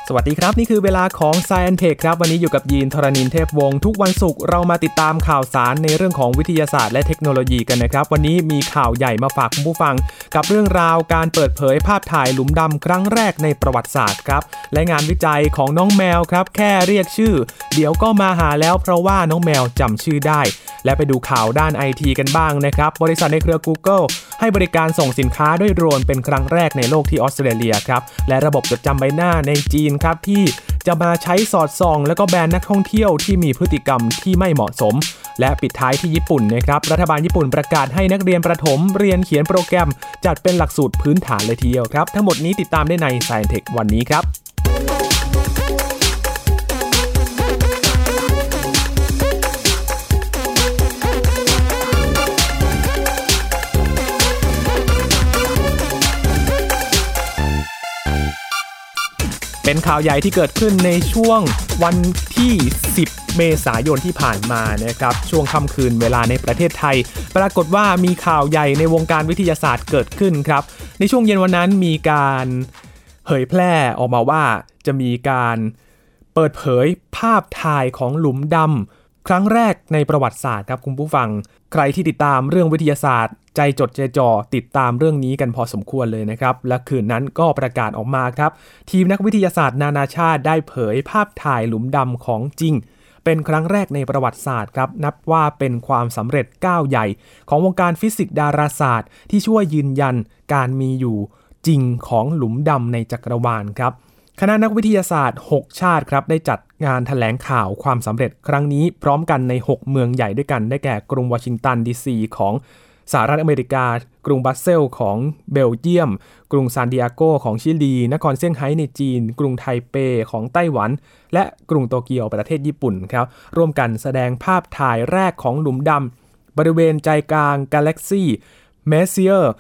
สวัสดีครับนี่คือเวลาของ Science Tech ครับวันนี้อยู่กับยีนธรณินทร์เทพวงศ์ทุกวันศุกร์เรามาติดตามข่าวสารในเรื่องของวิทยาศาสตร์และเทคโนโลยีกันนะครับวันนี้มีข่าวใหญ่มาฝากคุณผู้ฟังกับเรื่องราวการเปิดเผยภาพถ่ายหลุมดำครั้งแรกในประวัติศาสตร์ครับและงานวิจัยของน้องแมวครับแค่เรียกชื่อเดี๋ยวก็มาหาแล้วเพราะว่าน้องแมวจำชื่อได้และไปดูข่าวด้าน IT กันบ้างนะครับบริษัทในเครือ Google ให้บริการส่งสินค้าด้วยโดรนเป็นครั้งแรกในโลกที่ออสเตรเลียครับและระบบจดจำใบหน้าในจีนครับที่จะมาใช้สอดส่องแล้วก็แบนนักท่องเที่ยวที่มีพฤติกรรมที่ไม่เหมาะสมและปิดท้ายที่ญี่ปุ่นนะครับรัฐบาลญี่ปุ่นประกาศให้นักเรียนประถมเรียนเขียนโปรแกรมจัดเป็นหลักสูตรพื้นฐานเลยทีเดียวครับทั้งหมดนี้ติดตามได้ใน Science Tech วันนี้ครับเป็นข่าวใหญ่ที่เกิดขึ้นในช่วงวันที่10เมษายนที่ผ่านมานะครับช่วงค่ำคืนเวลาในประเทศไทยปรากฏว่ามีข่าวใหญ่ในวงการวิทยาศาสตร์เกิดขึ้นครับในช่วงเย็นวันนั้นมีการเผยแพร่ออกมาว่าจะมีการเปิดเผยภาพถ่ายของหลุมดำครั้งแรกในประวัติศาสตร์ครับคุณผู้ฟังใครที่ติดตามเรื่องวิทยาศาสตร์ใจจดใจจ่อติดตามเรื่องนี้กันพอสมควรเลยนะครับและคืนนั้นก็ประกาศออกมาครับทีมนักวิทยาศาสตร์นานาชาติได้เผยภาพถ่ายหลุมดำของจริงเป็นครั้งแรกในประวัติศาสตร์ครับนับว่าเป็นความสำเร็จก้าวใหญ่ของวงการฟิสิกส์ดาราศาสตร์ที่ช่วยยืนยันการมีอยู่จริงของหลุมดำในจักรวาลครับคณะนักวิทยาศาสตร์6ชาติครับได้จัดงานแถลงข่าวความสำเร็จครั้งนี้พร้อมกันใน6เมืองใหญ่ด้วยกันได้แก่กรุงวอชิงตันดีซีของสหรัฐอเมริกากรุงบรัสเซลส์ของเบลเยียมกรุงซานดิเอโกของชิลีนครเซี่ยงไฮ้ในจีนกรุงไทเปของไต้หวันและกรุงโตเกียวประเทศญี่ปุ่นครับร่วมกันแสดงภาพถ่ายแรกของหลุมดำบริเวณใจกลางกาแล็กซี่เมสเซียร์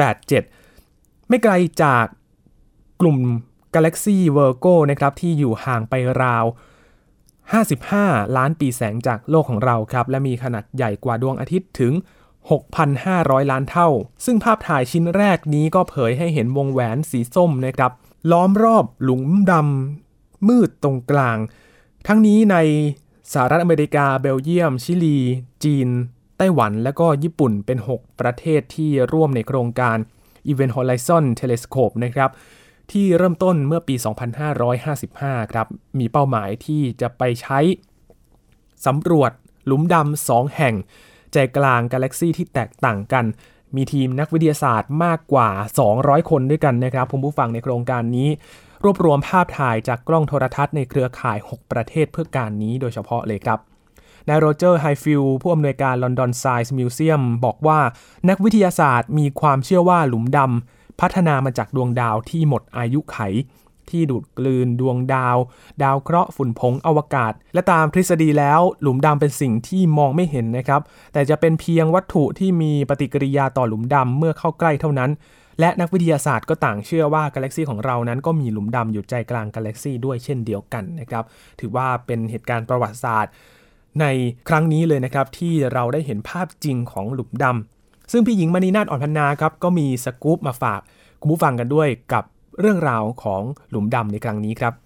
87ไม่ไกลจากกลุ่มGalaxy Virgo นะครับที่อยู่ห่างไปราว55ล้านปีแสงจากโลกของเราครับและมีขนาดใหญ่กว่าดวงอาทิตย์ถึง 6,500 ล้านเท่าซึ่งภาพถ่ายชิ้นแรกนี้ก็เผยให้เห็นวงแหวนสีส้มนะครับล้อมรอบหลุมดำมืดตรงกลางทั้งนี้ในสหรัฐอเมริกาเบลเยียมชิลีจีนไต้หวันและก็ญี่ปุ่นเป็น6ประเทศที่ร่วมในโครงการ Event Horizon Telescope นะครับที่เริ่มต้นเมื่อปี 2555 ครับมีเป้าหมายที่จะไปใช้สำรวจหลุมดำ2แห่งใจกลางกาแล็กซี่ที่แตกต่างกันมีทีมนักวิทยาศาสตร์มากกว่า200คนด้วยกันนะครับคุณผู้ฟังในโครงการนี้รวบรวมภาพถ่ายจากกล้องโทรทัศน์ในเครือข่าย6ประเทศเพื่อการนี้โดยเฉพาะเลยครับนายโรเจอร์ไฮฟิลด์ผู้อำนวยการ London Science Museum บอกว่านักวิทยาศาสตร์มีความเชื่อว่าหลุมดำพัฒนามาจากดวงดาวที่หมดอายุไขที่ดูดกลืนดวงดาวเคราะห์ฝุ่นผงอวกาศและตามทฤษฎีแล้วหลุมดำเป็นสิ่งที่มองไม่เห็นนะครับแต่จะเป็นเพียงวัตถุที่มีปฏิกิริยาต่อหลุมดำเมื่อเข้าใกล้เท่านั้นและนักวิทยาศาสตร์ก็ต่างเชื่อว่ากาแล็กซี่ของเรานั้นก็มีหลุมดำอยู่ใจกลางกาแล็กซี่ด้วยเช่นเดียวกันนะครับถือว่าเป็นเหตุการณ์ประวัติศาสตร์ในครั้งนี้เลยนะครับที่เราได้เห็นภาพจริงของหลุมดำซึ่งพี่หญิงมณีนาฏอ่อนพนาครับก็มีสกู๊ปมาฝากคุณผู้ฟังกันด้วยกับเรื่องราวของหลุมดำในครั้งนี้ครับ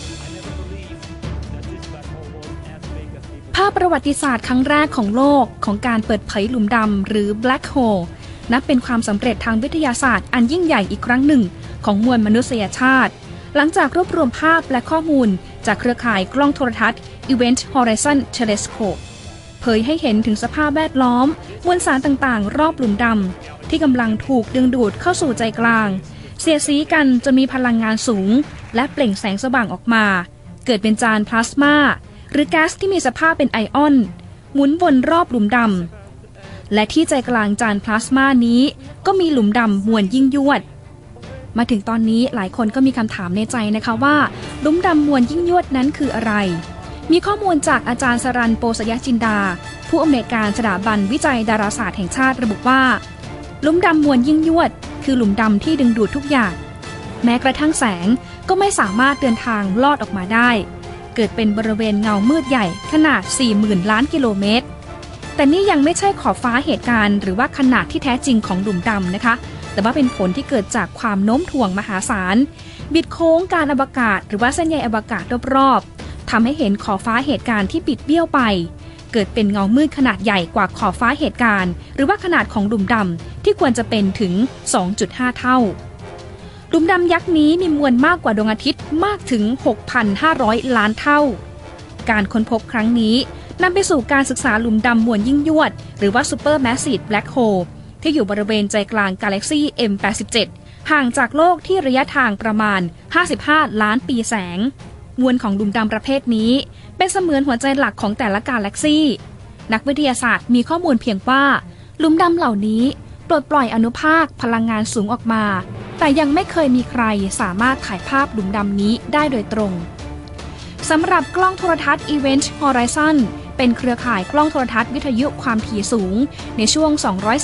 ภาพประวัติศาสตร์ครั้งแรกของโลกของการเปิดเผยหลุมดำหรือ Black Hole นับเป็นความสำเร็จทางวิทยาศาสตร์อันยิ่งใหญ่อีกครั้งหนึ่งของมวลมนุษยชาติหลังจากรวบรวมภาพและข้อมูลจากเครือข่ายกล้องโทรทัศน์ Event Horizon Telescope เผยให้เห็นถึงสภาพแวดล้อมมวลสารต่างๆรอบหลุมดำที่กำลังถูกดึงดูดเข้าสู่ใจกลางเสียดสีกันจนมีพลังงานสูงและเปล่งแสงสว่างออกมาเกิดเป็นจานพลาสมาหรือแก๊สที่มีสภาพเป็นไอออนหมุนวนรอบหลุมดำและที่ใจกลางจานพลาสมานี้ก็มีหลุมดำมวลยิ่งยวดมาถึงตอนนี้หลายคนก็มีคำถามในใจนะคะว่าหลุมดำมวลยิ่งยวดนั้นคืออะไรมีข้อมูลจากอาจารย์สรัญ โปสยจินดาผู้อำนวยการสถาบันวิจัยดาราศาสตร์แห่งชาติระบุว่าหลุมดำมวลยิ่งยวดคือหลุมดำที่ดึงดูดทุกอย่างแม้กระทั่งแสงก็ไม่สามารถเดินทางลอดออกมาได้เกิดเป็นบริเวณเงามืดใหญ่ขนาด 40,000 ล้านกิโลเมตรแต่นี่ยังไม่ใช่ขอบฟ้าเหตุการณ์หรือว่าขนาดที่แท้จริงของหลุมดำนะคะแแต่ว่าเป็นผลที่เกิดจากความโน้มถ่วงมหาศาลบิดโค้งการอวกาศหรือว่าเส้นใยอวกาศรอบๆทำให้เห็นขอบฟ้าเหตุการณ์ที่บิดเบี้ยวไปเกิดเป็นเงามืดขนาดใหญ่กว่าขอบฟ้าเหตุการณ์หรือว่าขนาดของหลุมดำที่ควรจะเป็นถึง 2.5 เท่าหลุมดำยักษ์นี้มีมวลมากกว่าดวงอาทิตย์มากถึง 6,500 ล้านเท่าการค้นพบครั้งนี้นำไปสู่การศึกษาหลุมดำมวลยิ่งยวดหรือว่า Supermassive Black Hole ที่อยู่บริเวณใจกลางกาแล็กซี่ M87 ห่างจากโลกที่ระยะทางประมาณ 55 ล้านปีแสงมวลของหลุมดำประเภทนี้เป็นเสมือนหัวใจหลักของแต่ละกาแล็กซี่นักวิทยาศาสตร์มีข้อมูลเพียงว่าหลุมดำเหล่านี้ปลดปล่อยอนุภาคพลังงานสูงออกมาแต่ยังไม่เคยมีใครสามารถถ่ายภาพหลุมดำนี้ได้โดยตรงสำหรับกล้องโทรทัศน์ Event Horizon เป็นเครือข่ายกล้องโทรทัศน์วิทยุความถี่สูงในช่วง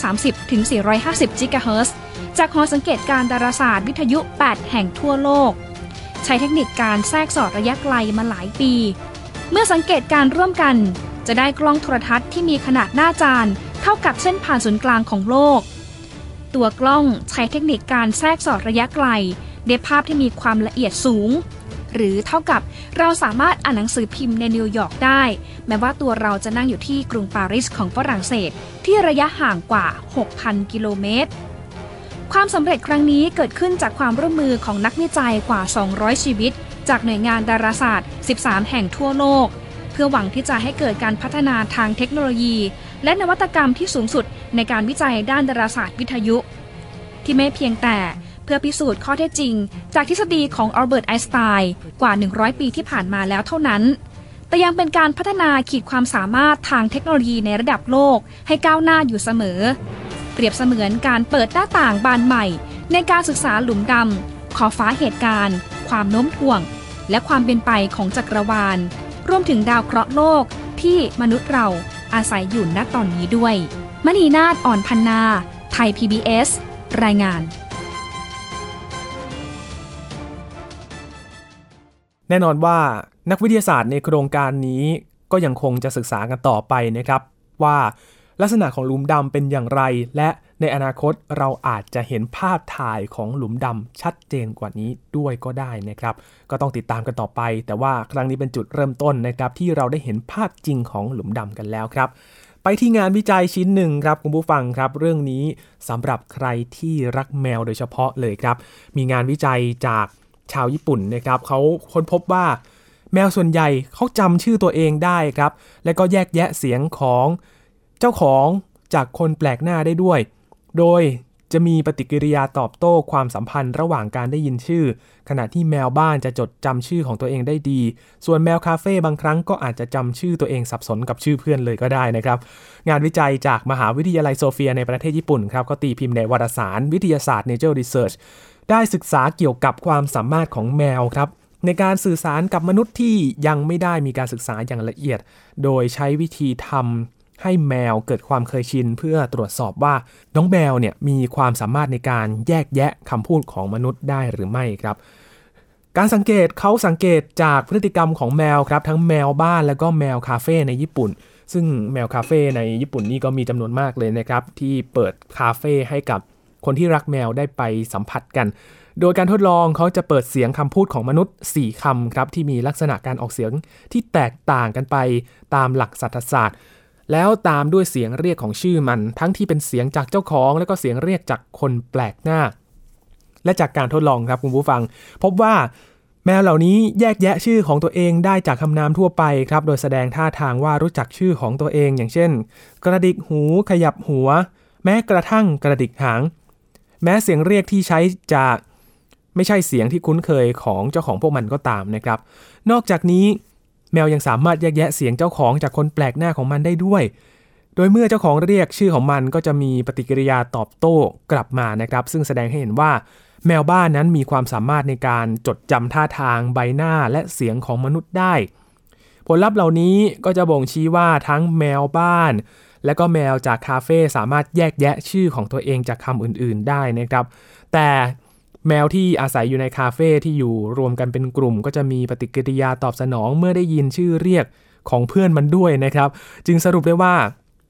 230-450 กิกะเฮิรตซ์จากหอสังเกตการณ์ดาราศาสตร์วิทยุ 8 แห่งทั่วโลกใช้เทคนิคการแทรกสอดระยะไกลมาหลายปีเมื่อสังเกตการร่วมกันจะได้กล้องโทรทัศน์ที่มีขนาดหน้าจานเท่ากับเส้นผ่านศูนย์กลางของโลกตัวกล้องใช้เทคนิคการแทรกสอดระยะไกลได้ภาพที่มีความละเอียดสูงหรือเท่ากับเราสามารถอ่านหนังสือพิมพ์ในนิวยอร์กได้แม้ว่าตัวเราจะนั่งอยู่ที่กรุงปารีสของฝรั่งเศสที่ระยะห่างกว่า 6,000 กิโลเมตรความสำเร็จครั้งนี้เกิดขึ้นจากความร่วมมือของนักวิจัยกว่า 200 ชีวิตจากหน่วยงานดาราศาสตร์ 13 แห่งทั่วโลกเพื่อหวังที่จะให้เกิดการพัฒนาทางเทคโนโลยีและนวัตกรรมที่สูงสุดในการวิจัยด้านดาราศาสตร์วิทยุที่ไม่เพียงแต่เพื่อพิสูจน์ข้อเท็จจริงจากทฤษฎีของอัลเบิร์ตไอน์สไตน์กว่า 100 ปีที่ผ่านมาแล้วเท่านั้นแต่ยังเป็นการพัฒนาขีดความสามารถทางเทคโนโลยีในระดับโลกให้ก้าวหน้าอยู่เสมอเปรียบเสมือนการเปิดหน้าต่างบานใหม่ในการศึกษาหลุมดำขอบฟ้าเหตุการณ์ความโน้มถ่วงและความเป็นไปของจักรวาลรวมถึงดาวเคราะห์โลกที่มนุษย์เราอาศัยอยู่ณตอนนี้ด้วยมณีนาฏ อ่อนพันนาไทย PBS รายงานแน่นอนว่านักวิทยาศาสตร์ในโครงการนี้ก็ยังคงจะศึกษากันต่อไปนะครับว่าลักษณะของหลุมดำเป็นอย่างไรและในอนาคตเราอาจจะเห็นภาพถ่ายของหลุมดำชัดเจนกว่านี้ด้วยก็ได้นะครับก็ต้องติดตามกันต่อไปแต่ว่าครั้งนี้เป็นจุดเริ่มต้นนะครับที่เราได้เห็นภาพจริงของหลุมดำกันแล้วครับไปที่งานวิจัยชิ้นหนึ่งครับคุณผู้ฟังครับเรื่องนี้สำหรับใครที่รักแมวโดยเฉพาะเลยครับมีงานวิจัยจากชาวญี่ปุ่นนะครับเขาค้นพบว่าแมวส่วนใหญ่เขาจำชื่อตัวเองได้ครับและก็แยกแยะเสียงของเจ้าของจากคนแปลกหน้าได้ด้วยโดยจะมีปฏิกิริยาตอบโต้ความสัมพันธ์ระหว่างการได้ยินชื่อขณะที่แมวบ้านจะจดจำชื่อของตัวเองได้ดีส่วนแมวคาเฟ่บางครั้งก็อาจจะจำชื่อตัวเองสับสนกับชื่อเพื่อนเลยก็ได้นะครับงานวิจัยจากมหาวิทยาลัยโซเฟียในประเทศญี่ปุ่นครับก็ตีพิมพ์ในวารสารวิทยาศาสตร์ Nature Research ได้ศึกษาเกี่ยวกับความสามารถของแมวครับในการสื่อสารกับมนุษย์ที่ยังไม่ได้มีการศึกษาอย่างละเอียดโดยใช้วิธีทำให้แมวเกิดความเคยชินเพื่อตรวจสอบว่าน้องแมวเนี่ยมีความสามารถในการแยกแยะคำพูดของมนุษย์ได้หรือไม่ครับการสังเกตเขาสังเกตจากพฤติกรรมของแมวครับทั้งแมวบ้านและก็แมวคาเฟ่ในญี่ปุ่นซึ่งแมวคาเฟ่ในญี่ปุ่นนี่ก็มีจำนวนมากเลยนะครับที่เปิดคาเฟ่ให้กับคนที่รักแมวได้ไปสัมผัสกันโดยการทดลองเขาจะเปิดเสียงคำพูดของมนุษย์4คำครับที่มีลักษณะการออกเสียงที่แตกต่างกันไปตามหลักสัตศาสตร์แล้วตามด้วยเสียงเรียกของชื่อมันทั้งที่เป็นเสียงจากเจ้าของและก็เสียงเรียกจากคนแปลกหน้าและจากการทดลองครับคุณผู้ฟังพบว่าแมวเหล่านี้แยกแยะชื่อของตัวเองได้จากคำนามทั่วไปครับโดยแสดงท่าทางว่ารู้จักชื่อของตัวเองอย่างเช่นกระดิกหูขยับหัวแม้กระทั่งกระดิกหางแม้เสียงเรียกที่ใช้จะไม่ใช่เสียงที่คุ้นเคยของเจ้าของพวกมันก็ตามนะครับนอกจากนี้แมวยังสามารถแยกแยะเสียงเจ้าของจากคนแปลกหน้าของมันได้ด้วยโดยเมื่อเจ้าของเรียกชื่อของมันก็จะมีปฏิกิริยาตอบโต้กลับมานะครับซึ่งแสดงให้เห็นว่าแมวบ้านนั้นมีความสามารถในการจดจำท่าทางใบหน้าและเสียงของมนุษย์ได้ผลลัพธ์เหล่านี้ก็จะบ่งชี้ว่าทั้งแมวบ้านและก็แมวจากคาเฟ่สามารถแยกแยะชื่อของตัวเองจากคำอื่นๆได้นะครับแต่แมวที่อาศัยอยู่ในคาเฟ่ที่อยู่รวมกันเป็นกลุ่มก็จะมีปฏิกิริยาตอบสนองเมื่อได้ยินชื่อเรียกของเพื่อนมันด้วยนะครับจึงสรุปได้ว่า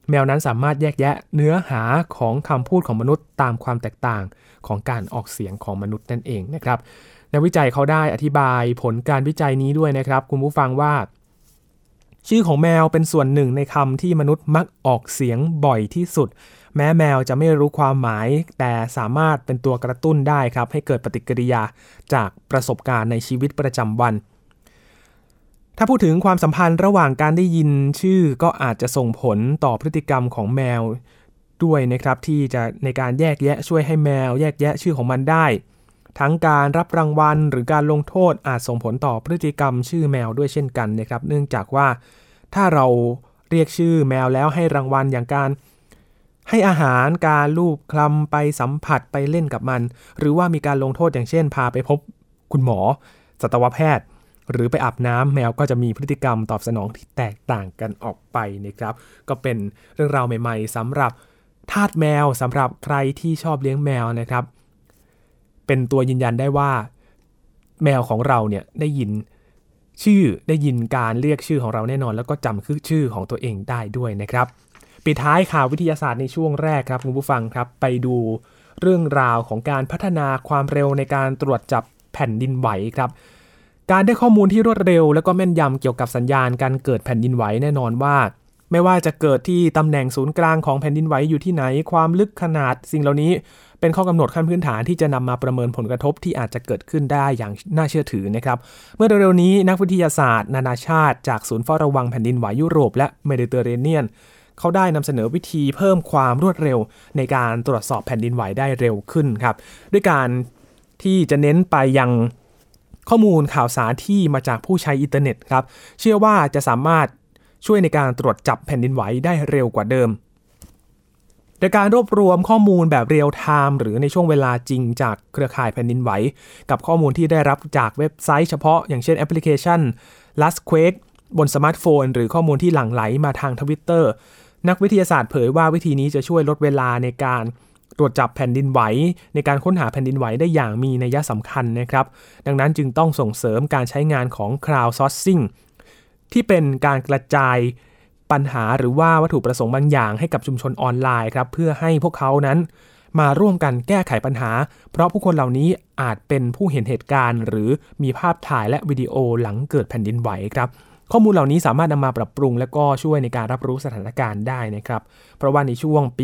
แมวนั้นสามารถแยกแยะเนื้อหาของคำพูดของมนุษย์ตามความแตกต่างของการออกเสียงของมนุษย์นั่นเองนะครับนักวิจัยเขาได้อธิบายผลการวิจัยนี้ด้วยนะครับคุณผู้ฟังว่าชื่อของแมวเป็นส่วนหนึ่งในคำที่มนุษย์มักออกเสียงบ่อยที่สุดแม้แมวจะไม่รู้ความหมายแต่สามารถเป็นตัวกระตุ้นได้ครับให้เกิดปฏิกิริยาจากประสบการณ์ในชีวิตประจำวันถ้าพูดถึงความสัมพันธ์ระหว่างการได้ยินชื่อก็อาจจะส่งผลต่อพฤติกรรมของแมวด้วยนะครับที่จะในการแยกแยะช่วยให้แมวแยกแยะชื่อของมันได้ทั้งการรับรางวัลหรือการลงโทษอาจส่งผลต่อพฤติกรรมชื่อแมวด้วยเช่นกันนะครับเนื่องจากว่าถ้าเราเรียกชื่อแมวแล้วให้รางวัลอย่างการให้อาหารการลูบคลำไปสัมผัสไปเล่นกับมันหรือว่ามีการลงโทษอย่างเช่นพาไปพบคุณหมอสัตวแพทย์หรือไปอาบน้ำแมวก็จะมีพฤติกรรมตอบสนองที่แตกต่างกันออกไปนะครับก็เป็นเรื่องราวใหม่ๆสำหรับทาสแมวสำหรับใครที่ชอบเลี้ยงแมวนะครับเป็นตัวยืนยันได้ว่าแมวของเราเนี่ยได้ยินชื่อได้ยินการเรียกชื่อของเราแน่นอนแล้วก็จำชื่อของตัวเองได้ด้วยนะครับปิดท้ายข่าววิทยาศาสตร์ในช่วงแรกครับคุณผู้ฟังครับไปดูเรื่องราวของการพัฒนาความเร็วในการตรวจจับแผ่นดินไหวครับการได้ข้อมูลที่รวดเร็วและก็แม่นยำเกี่ยวกับสัญญาณการเกิดแผ่นดินไหวแน่นอนว่าไม่ว่าจะเกิดที่ตำแหน่งศูนย์กลางของแผ่นดินไหวอยู่ที่ไหนความลึกขนาดสิ่งเหล่านี้เป็นข้อกำหนดขั้นพื้นฐานที่จะนำมาประเมินผลกระทบที่อาจจะเกิดขึ้นได้อย่างน่าเชื่อถือนะครับเมื่อเร็วๆนี้นักวิทยาศาสตร์นานาชาติจากศูนย์เฝ้าระวังแผ่นดินไหวยุโรปและเมดิเตอร์เรเนียนเขาได้นำเสนอวิธีเพิ่มความรวดเร็วในการตรวจสอบแผ่นดินไหวได้เร็วขึ้นครับด้วยการที่จะเน้นไปยังข้อมูลข่าวสารที่มาจากผู้ใช้อินเทอร์เน็ตครับเชื่อว่าจะสามารถช่วยในการตรวจจับแผ่นดินไหวได้เร็วกว่าเดิมโดยการรวบรวมข้อมูลแบบเรียลไทม์หรือในช่วงเวลาจริงจากเครือข่ายแผ่นดินไหวกับข้อมูลที่ได้รับจากเว็บไซต์เฉพาะอย่างเช่นแอปพลิเคชัน Lastquake บนสมาร์ทโฟนหรือข้อมูลที่หลั่งไหลมาทาง Twitter นักวิทยาศาสตร์เผยว่าวิธีนี้จะช่วยลดเวลาในการตรวจจับแผ่นดินไหวในการค้นหาแผ่นดินไหวได้อย่างมีนัยสำคัญนะครับดังนั้นจึงต้องส่งเสริมการใช้งานของ crowdsourcing ที่เป็นการกระจายปัญหาหรือว่าวัตถุประสงค์บางอย่างให้กับชุมชนออนไลน์ครับเพื่อให้พวกเขานั้นมาร่วมกันแก้ไขปัญหาเพราะผู้คนเหล่านี้อาจเป็นผู้เห็นเหตุการณ์หรือมีภาพถ่ายและวิดีโอหลังเกิดแผ่นดินไหวครับข้อมูลเหล่านี้สามารถนำมาปรับปรุงและก็ช่วยในการรับรู้สถานการณ์ได้นะครับเพราะว่าในช่วงปี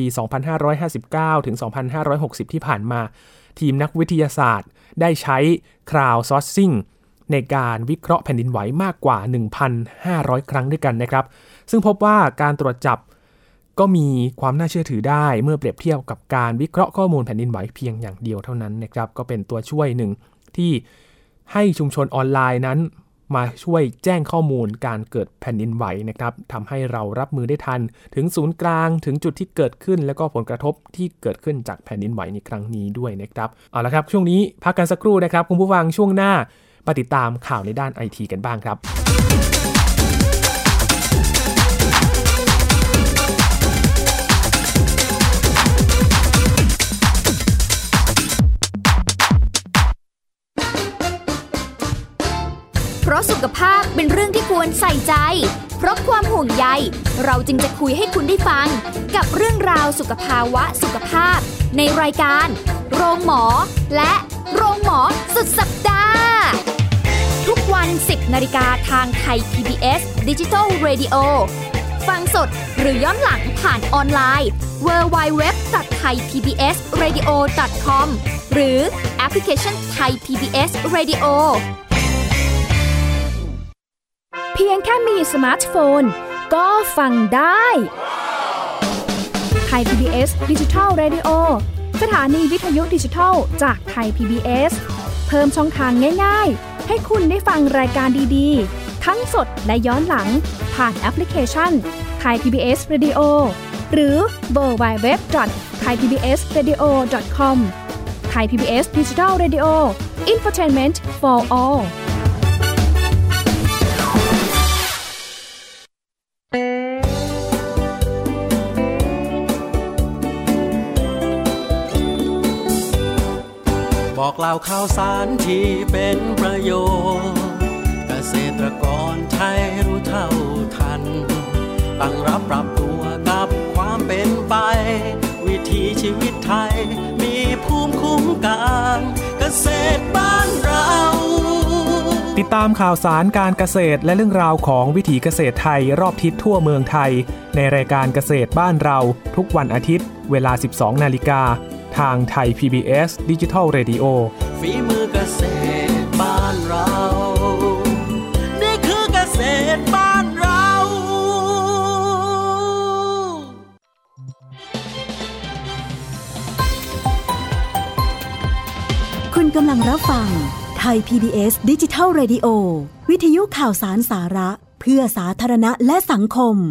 2559 ถึง 2560 ที่ผ่านมาทีมนักวิทยาศาสตร์ได้ใช้ crowdsourcing ในการวิเคราะห์แผ่นดินไหวมากกว่า 1,500 ครั้งด้วยกันนะครับซึ่งพบว่าการตรวจจับก็มีความน่าเชื่อถือได้เมื่อเปรียบเทียบกับการวิเคราะห์ข้อมูลแผ่นดินไหวเพียงอย่างเดียวเท่านั้นนะครับก็เป็นตัวช่วยหนึ่งที่ให้ชุมชนออนไลน์นั้นมาช่วยแจ้งข้อมูลการเกิดแผ่นดินไหวนะครับทำให้เรารับมือได้ทันถึงศูนย์กลางถึงจุดที่เกิดขึ้นและก็ผลกระทบที่เกิดขึ้นจากแผ่นดินไหวในครั้งนี้ด้วยนะครับเอาละครับช่วงนี้พักกันสักครู่นะครับคุณผู้ฟังช่วงหน้ามาติดตามข่าวในด้าน IT กันบ้างครับเพราะสุขภาพเป็นเรื่องที่ควรใส่ใจเพราะความห่วงใยเราจึงจะคุยให้คุณได้ฟังกับเรื่องราวสุขภาวะสุขภาพในรายการโรงหมอและโรงหมอสุดสัปดาห์ทุกวัน 10 นาฬิกาทางไทย PBS Digital Radio ฟังสดหรือย้อนหลังผ่านออนไลน์ www.thaipbsradio.com หรือแอปพลิเคชัน Thai PBS Radioเพียงแค่มีสมาร์ทโฟนก็ฟังได้ไทย PBS Digital Radio สถานีวิทยุดิจิทัลจากไทย PBS เพิ่มช่องทางง่ายๆให้คุณได้ฟังรายการดีๆทั้งสดและย้อนหลังผ่านแอปพลิเคชัน Thai PBS Radio หรือ www.thaipbsradio.com Thai PBS Digital Radio Infotainment for all บอกเล่าข่าวสารที่เป็นประโยชน์เกษตรกรไทยรู้เท่าทันตั้งรับปรับตัวกับควไปวิถีชีวิตไทยมีภูมิคุ้มกันเกษตรบ้านเราติดตามข่าวสารการเกษตรและเรื่องราวของวิถีเกษตรไทยรอบทิศทั่วเมืองไทยในรายการเกษตรบ้านเราทุกวันอาทิตย์เวลา 12:00 น.ทางไทย PBS Digital Radio ฝีมือเกษตรบ้านเรานี่คือเกษตรบ้านเราคุณกำลังรับฟังไทย PBS Digital Radio วิทยุข่าวสารสาระเพื่อสาธารณะและสังคม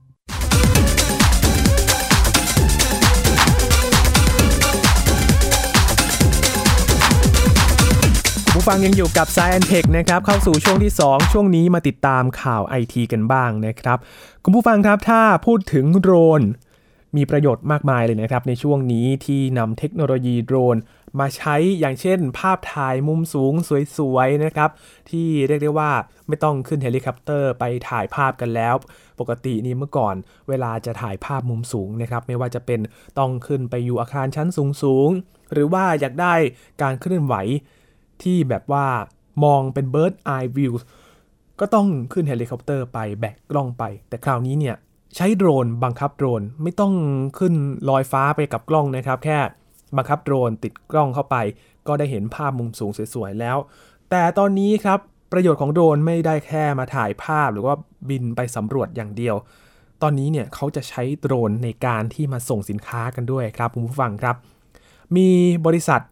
ผู้ฟังยังอยู่กับ Science Tech นะครับเข้าสู่ช่วงที่2ช่วงนี้มาติดตามข่าว IT กันบ้างนะครับคุณผู้ฟังครับถ้าพูดถึงโดรนมีประโยชน์มากมายเลยนะครับในช่วงนี้ที่นำเทคโนโลยีโดรนมาใช้อย่างเช่นภาพถ่ายมุมสูงสวยๆนะครับที่เรียกได้ว่าไม่ต้องขึ้นเฮลิคอปเตอร์ไปถ่ายภาพกันแล้วปกตินี่เมื่อก่อนเวลาจะถ่ายภาพมุมสูงนะครับไม่ว่าจะเป็นต้องขึ้นไปอยู่อาคารชั้นสูงๆหรือว่าอยากได้การเคลื่อนไหวที่แบบว่ามองเป็น bird eye view ก็ต้องขึ้นเฮลิคอปเตอร์ไปแบกกล้องไปแต่คราวนี้เนี่ยใช้โดรนบังคับโดรนไม่ต้องขึ้นลอยฟ้าไปกับกล้องนะครับแค่บังคับโดรนติดกล้องเข้าไปก็ได้เห็นภาพมุมสูงสวยๆแล้วแต่ตอนนี้ครับประโยชน์ของโดรนไม่ได้แค่มาถ่ายภาพหรือว่าบินไปสำรวจอย่างเดียวตอนนี้เนี่ยเขาจะใช้โดรนในการที่มาส่งสินค้ากันด้วยครับคุณผู้ฟังครับมีบริษัท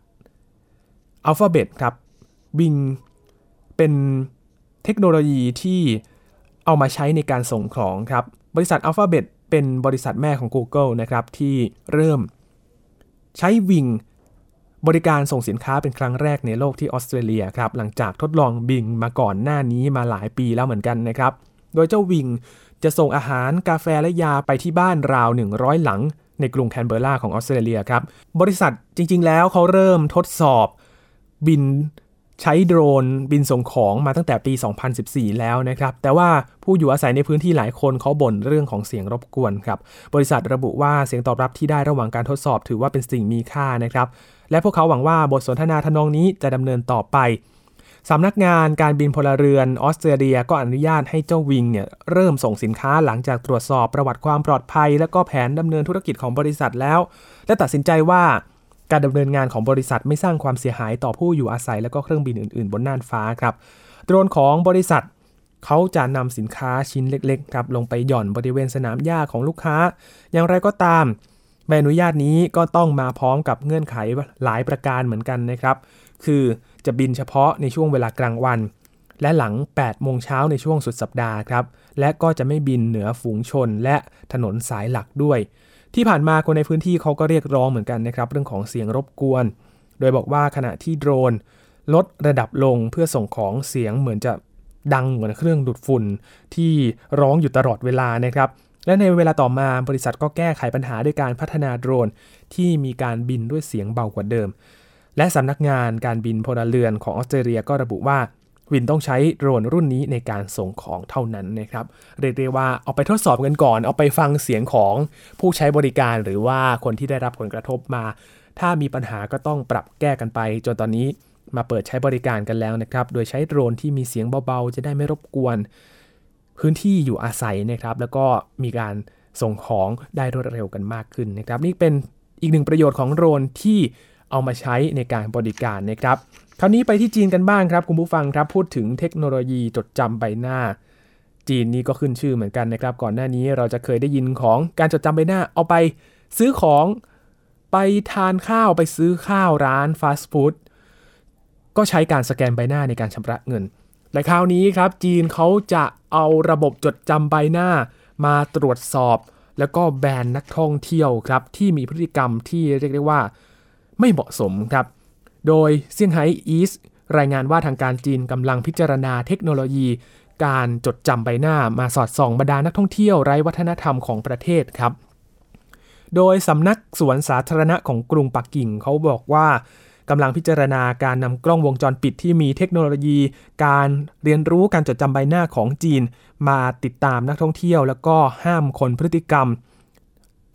Alphabet ครับบิงเป็นเทคโนโลยีที่เอามาใช้ในการส่งของครับบริษัท Alphabet เป็นบริษัทแม่ของ Google นะครับที่เริ่มใช้วิงบริการส่งสินค้าเป็นครั้งแรกในโลกที่ออสเตรเลียครับหลังจากทดลองบิงมาก่อนหน้านี้มาหลายปีแล้วเหมือนกันนะครับโดยเจ้าวิงจะส่งอาหารกาแฟและยาไปที่บ้านราว100หลังในกรุงแคนเบอร์ราของออสเตรเลียครับบริษัทจริงๆแล้วเขาเริ่มทดสอบบินใช้โดรนบินส่งของมาตั้งแต่ปี 2014 แล้วนะครับแต่ว่าผู้อยู่อาศัยในพื้นที่หลายคนเขาบ่นเรื่องของเสียงรบกวนครับบริษัทระบุว่าเสียงตอบรับที่ได้ระหว่างการทดสอบถือว่าเป็นสิ่งมีค่านะครับและพวกเขาหวังว่าบทสนทนาทำนองนี้จะดำเนินต่อไปสำนักงานการบินพลเรือนออสเตรเลียก็อนุญาตให้เจ้าวิงเนี่ยเริ่มส่งสินค้าหลังจากตรวจสอบประวัติความปลอดภัยและก็แผนดำเนินธุรกิจของบริษัทแล้วและตัดสินใจว่าการดำเนินงานของบริษัทไม่สร้างความเสียหายต่อผู้อยู่อาศัยและก็เครื่องบินอื่นๆบนน่านฟ้าครับโดรนของบริษัทเขาจะนำสินค้าชิ้นเล็กๆครับลงไปหย่อนบริเวณสนามหญ้าของลูกค้าอย่างไรก็ตามใบอนุญาตนี้ก็ต้องมาพร้อมกับเงื่อนไขหลายประการเหมือนกันนะครับคือจะบินเฉพาะในช่วงเวลากลางวันและหลัง 8 โมงเช้าในช่วงสุดสัปดาห์ครับและก็จะไม่บินเหนือฝูงชนและถนนสายหลักด้วยที่ผ่านมาคนในพื้นที่เขาก็เรียกร้องเหมือนกันนะครับเรื่องของเสียงรบกวนโดยบอกว่าขณะที่โดรนลดระดับลงเพื่อส่งของเสียงเหมือนจะดังเหมือนเครื่องดูดฝุ่นที่ร้องอยู่ตลอดเวลานะครับและในเวลาต่อมาบริษัทก็แก้ไขปัญหาด้วยการพัฒนาโดรนที่มีการบินด้วยเสียงเบากว่าเดิมและสำนักงานการบินพลเรือนของออสเตรเลียก็ระบุว่าวินต้องใช้โดรนรุ่นนี้ในการส่งของเท่านั้นนะครับเรียกได้ว่าเอาไปทดสอบกันก่อนเอาไปฟังเสียงของผู้ใช้บริการหรือว่าคนที่ได้รับผลกระทบมาถ้ามีปัญหาก็ต้องปรับแก้กันไปจนตอนนี้มาเปิดใช้บริการกันแล้วนะครับโดยใช้โดรนที่มีเสียงเบาๆจะได้ไม่รบกวนพื้นที่อยู่อาศัยนะครับแล้วก็มีการส่งของได้รวดเร็วกันมากขึ้นนะครับนี่เป็นอีกหนึ่งประโยชน์ของโดรนที่เอามาใช้ในการบริการนะครับคราวนี้ไปที่จีนกันบ้างครับคุณผู้ฟังครับพูดถึงเทคโนโลยีจดจำใบหน้าจีนนี่ก็ขึ้นชื่อเหมือนกันนะครับก่อนหน้านี้เราจะเคยได้ยินของการจดจำใบหน้าเอาไปซื้อของไปทานข้าวไปซื้อข้าวร้านฟาสต์ฟู้ดก็ใช้การสแกนใบหน้าในการชำระเงินแต่คราวนี้ครับจีนเขาจะเอาระบบจดจำใบหน้ามาตรวจสอบแล้วก็แบนนักท่องเที่ยวครับที่มีพฤติกรรมที่เรียกได้ว่าไม่เหมาะสมครับโดยเซี่ยงไฮ้อีสต์รายงานว่าทางการจีนกำลังพิจารณาเทคโนโลยีการจดจำใบหน้ามาสอดส่องบรรดานักท่องเที่ยวไร้วัฒนธรรมของประเทศครับโดยสำนักสวนสาธารณะของกรุงปักกิ่งเขาบอกว่ากำลังพิจารณาการนำกล้องวงจรปิดที่มีเทคโนโลยีการเรียนรู้การจดจำใบหน้าของจีนมาติดตามนักท่องเที่ยวแล้วก็ห้ามคนพฤติกรรม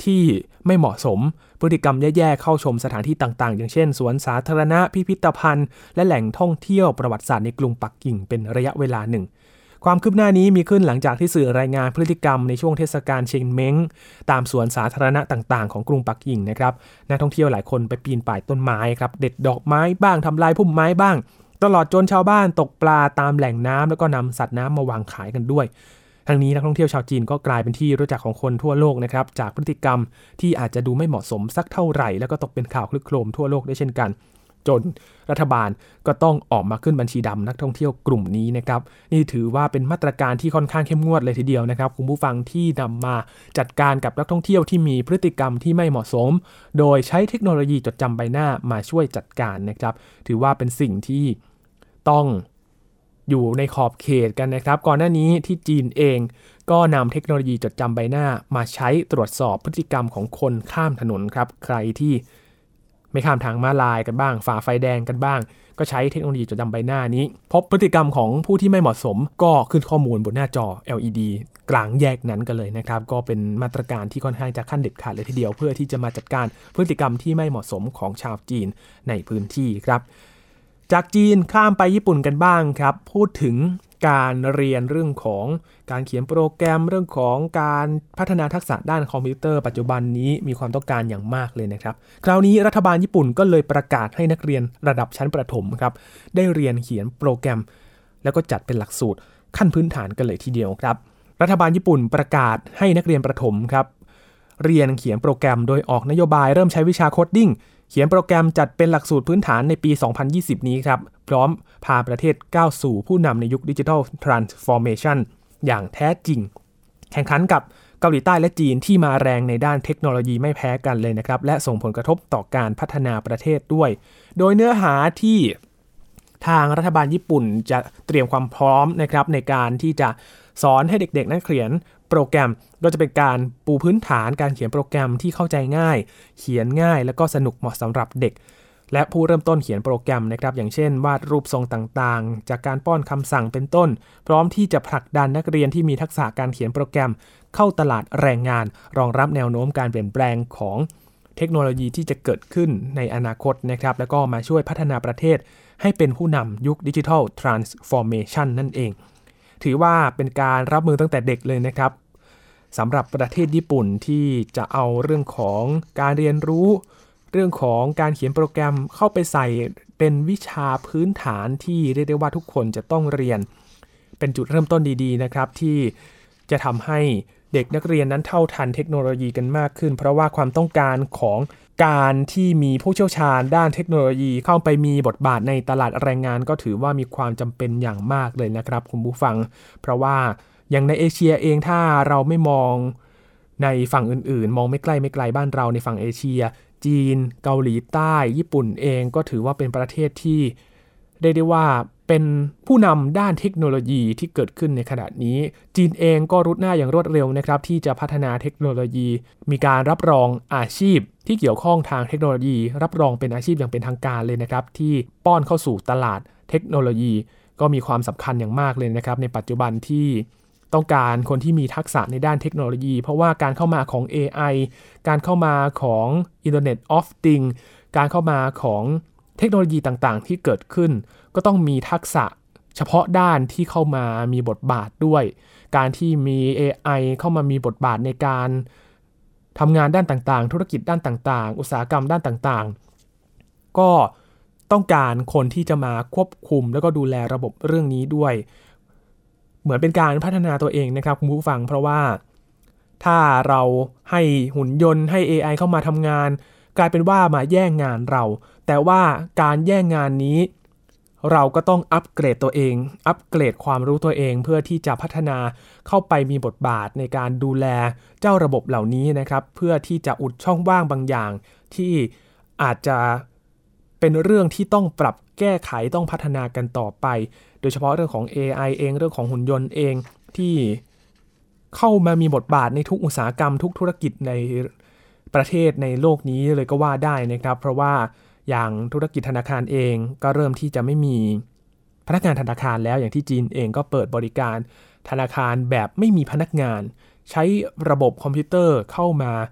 ที่ไม่เหมาะสมพฤติกรรมแย่ๆเข้าชมสถานที่ต่างๆอย่างเช่นสวนสาธารณะพิพิธภัณฑ์และแหล่งท่องเที่ยวประวัติศาสตร์ในกรุงปักกิ่งเป็นระยะเวลาหนึ่งความคืบหน้านี้มีขึ้นหลังจากที่สื่อรายงานพฤติกรรมในช่วงเทศกาลเชงเม้งตามสวนสาธารณะต่างๆของกรุงปักกิ่งนะครับนักท่องเที่ยวหลายคนไปปีนป่ายต้นไม้ครับเด็ดดอกไม้บ้างทำลายพุ่มไม้บ้างตลอดจนชาวบ้านตกปลาตามแหล่งน้ำแล้วก็นำสัตว์น้ำมาวางขายกันด้วยทั้งนี้นักท่องเที่ยวชาวจีนก็กลายเป็นที่รู้จักของคนทั่วโลกนะครับจากพฤติกรรมที่อาจจะดูไม่เหมาะสมสักเท่าไหร่แล้วก็ตกเป็นข่าวคลึกโครมทั่วโลกด้วยเช่นกันจนรัฐบาลก็ต้องออกมาขึ้นบัญชีดำนักท่องเที่ยวกลุ่มนี้นะครับนี่ถือว่าเป็นมาตรการที่ค่อนข้างเข้มงวดเลยทีเดียวนะครับคุณผู้ฟังที่นำมาจัดการกับนักท่องเที่ยวที่มีพฤติกรรมที่ไม่เหมาะสมโดยใช้เทคโนโลยีจดจำใบหน้ามาช่วยจัดการนะครับถือว่าเป็นสิ่งที่ต้องอยู่ในขอบเขตกันนะครับก่อนหน้านี้ที่จีนเองก็นำเทคโนโลยีจดจำใบหน้ามาใช้ตรวจสอบพฤติกรรมของคนข้ามถนนครับใครที่ไม่ข้ามทางม้าลายกันบ้างฝ่าไฟแดงกันบ้างก็ใช้เทคโนโลยีจดจำใบหน้านี้พบพฤติกรรมของผู้ที่ไม่เหมาะสมก็ขึ้นข้อมูลบนหน้าจอ LED กลางแยกนั้นกันเลยนะครับก็เป็นมาตรการที่ค่อนข้างจะขั้นเด็ดขาดเลยทีเดียวเพื่อที่จะมาจัดการพฤติกรรมที่ไม่เหมาะสมของชาวจีนในพื้นที่ครับจากจีนข้ามไปญี่ปุ่นกันบ้างครับพูดถึงการเรียนเรื่องของการเขียนโปรแกรมเรื่องของการพัฒนาทักษะด้านคอมพิวเตอร์ปัจจุบันนี้มีความต้องการอย่างมากเลยนะครับคราวนี้รัฐบาลญี่ปุ่นก็เลยประกาศให้นักเรียนระดับชั้นประถมครับได้เรียนเขียนโปรแกรมแล้วก็จัดเป็นหลักสูตรขั้นพื้นฐานกันเลยทีเดียวครับรัฐบาลญี่ปุ่นประกาศให้นักเรียนประถมครับเรียนเขียนโปรแกรมโดยออกนโยบายเริ่มใช้วิชาโคดดิ้งเขียนโปรแกรมจัดเป็นหลักสูตรพื้นฐานในปี 2020 นี้ครับพร้อมพาประเทศก้าวสู่ผู้นำในยุค Digital Transformation อย่างแท้จริงแข่งขันกับเกาหลีใต้และจีนที่มาแรงในด้านเทคโนโลยีไม่แพ้กันเลยนะครับและส่งผลกระทบต่อการพัฒนาประเทศด้วยโดยเนื้อหาที่ทางรัฐบาลญี่ปุ่นจะเตรียมความพร้อมนะครับในการที่จะสอนให้เด็กๆนั้นเขียนโปรแกรมก็จะเป็นการปูพื้นฐานการเขียนโปรแกรมที่เข้าใจง่ายเขียนง่ายและก็สนุกเหมาะสำหรับเด็กและผู้เริ่มต้นเขียนโปรแกรมนะครับอย่างเช่นวาดรูปทรงต่างๆจากการป้อนคำสั่งเป็นต้นพร้อมที่จะผลักดันนักเรียนที่มีทักษะการเขียนโปรแกรมเข้าตลาดแรงงานรองรับแนวโน้มการเปลี่ยนแปลงของเทคโนโลยีที่จะเกิดขึ้นในอนาคตนะครับแล้วก็มาช่วยพัฒนาประเทศให้เป็นผู้นำยุค Digital Transformation นั่นเองถือว่าเป็นการรับมือตั้งแต่เด็กเลยนะครับสำหรับประเทศญี่ปุ่นที่จะเอาเรื่องของการเรียนรู้เรื่องของการเขียนโปรแกรมเข้าไปใส่เป็นวิชาพื้นฐานที่เรียกได้ว่าทุกคนจะต้องเรียนเป็นจุดเริ่มต้นดีๆนะครับที่จะทำให้เด็กนักเรียนนั้นเท่าทันเทคโนโลยีกันมากขึ้นเพราะว่าความต้องการของการที่มีผู้เชี่ยวชาญด้านเทคโนโลยีเข้าไปมีบทบาทในตลาดแรงงานก็ถือว่ามีความจำเป็นอย่างมากเลยนะครับคุณผู้ฟังเพราะว่าอย่างในเอเชียเองถ้าเราไม่มองในฝั่งอื่นๆมองไม่ไกลบ้านเราในฝั่งเอเชียจีนเกาหลีใต้ญี่ปุ่นเองก็ถือว่าเป็นประเทศที่เรียกได้ว่าเป็นผู้นำด้านเทคโนโลยีที่เกิดขึ้นในขณะนี้จีนเองก็รุดหน้าอย่างรวดเร็วนะครับที่จะพัฒนาเทคโนโลยีมีการรับรองอาชีพที่เกี่ยวข้องทางเทคโนโลยีรับรองเป็นอาชีพอย่างเป็นทางการเลยนะครับที่ป้อนเข้าสู่ตลาดเทคโนโลยีก็มีความสำคัญอย่างมากเลยนะครับในปัจจุบันที่ต้องการคนที่มีทักษะในด้านเทคโนโลยีเพราะว่าการเข้ามาของ AI การเข้ามาของ Internet of Things การเข้ามาของเทคโนโลยีต่างๆที่เกิดขึ้นก็ต้องมีทักษะเฉพาะด้านที่เข้ามามีบทบาทด้วยการที่มี AI เข้ามามีบทบาทในการทำงานด้านต่างๆธุรกิจด้านต่างๆอุตสาหกรรมด้านต่างๆก็ต้องการคนที่จะมาควบคุมแล้วก็ดูแลระบบเรื่องนี้ด้วยเหมือนเป็นการพัฒนาตัวเองนะครับคุณผู้ฟังเพราะว่าถ้าเราให้หุ่นยนต์ให้ AI เข้ามาทำงานกลายเป็นว่ามาแย่งงานเราแต่ว่าการแย่งงานนี้เราก็ต้องอัปเกรดตัวเองอัปเกรดความรู้ตัวเองเพื่อที่จะพัฒนาเข้าไปมีบทบาทในการดูแลเจ้าระบบเหล่านี้นะครับเพื่อที่จะอุดช่องว่างบางอย่างที่อาจจะเป็นเรื่องที่ต้องปรับแก้ไขต้องพัฒนากันต่อไปโดยเฉพาะเรื่องของ AI เองเรื่องของหุ่นยนต์เองที่เข้ามามีบทบาทในทุกอุตสาหกรรมทุกธุรกิจในประเทศในโลกนี้เลยก็ว่าได้นะครับเพราะว่าอย่างธุรกิจธนาคารเองก็เริ่มที่จะไม่มีพนักงานธนาคารแล้วอย่างที่จีนเองก็เปิดบริการธนาคารแบบไม่มีพนักงานใช้ระบบคอมพิวเตอร์เข้ามา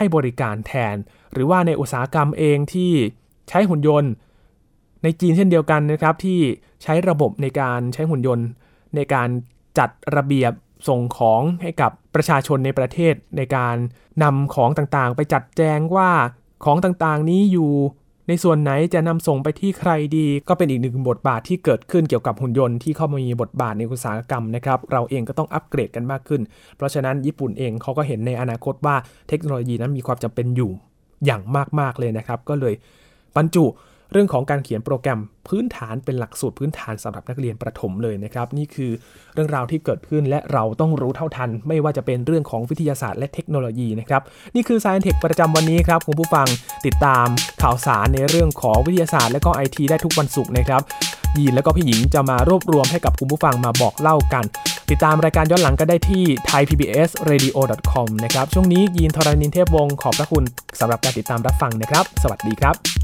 ให้บริการแทนหรือว่าในอุตสาหกรรมเองที่ใช้หุ่นยนต์ในจีนเช่นเดียวกันนะครับที่ใช้ระบบในการใช้หุ่นยนต์ในการจัดระเบียบส่งของให้กับประชาชนในประเทศในการนำของต่างๆไปจัดแจงว่าของต่างๆนี้อยู่ในส่วนไหนจะนำส่งไปที่ใครดีก็เป็นอีกหนึ่งบทบาทที่เกิดขึ้นเกี่ยวกับหุ่นยนต์ที่เข้ามามีบทบาทในอุตสาหกรรมนะครับเราเองก็ต้องอัปเกรดกันมากขึ้นเพราะฉะนั้นญี่ปุ่นเองเขาก็เห็นในอนาคตว่าเทคโนโลยีนั้นมีความจำเป็นอยู่อย่างมากๆเลยนะครับก็เลยบรรจุเรื่องของการเขียนโปรแกรมพื้นฐานเป็นหลักสูตรพื้นฐานสำหรับนักเรียนประถมเลยนะครับนี่คือเรื่องราวที่เกิดขึ้นและเราต้องรู้เท่าทันไม่ว่าจะเป็นเรื่องของวิทยาศาสตร์และเทคโนโลยีนะครับนี่คือ Science Tech ประจำวันนี้ครับคุณผู้ฟังติดตามข่าวสารในเรื่องของวิทยาศาสตร์และก็ IT ได้ทุกวันศุกร์นะครับยีนและก็พี่หญิงจะมารวบรวมให้กับคุณผู้ฟังมาบอกเล่ากันติดตามรายการย้อนหลังก็ได้ที่ thaipbsradio.com นะครับช่วงนี้ยีนธรณินทร์เทพวงศ์ขอบพระคุณสำหรับการติดตามรับฟังนะครับสวัสดีครับ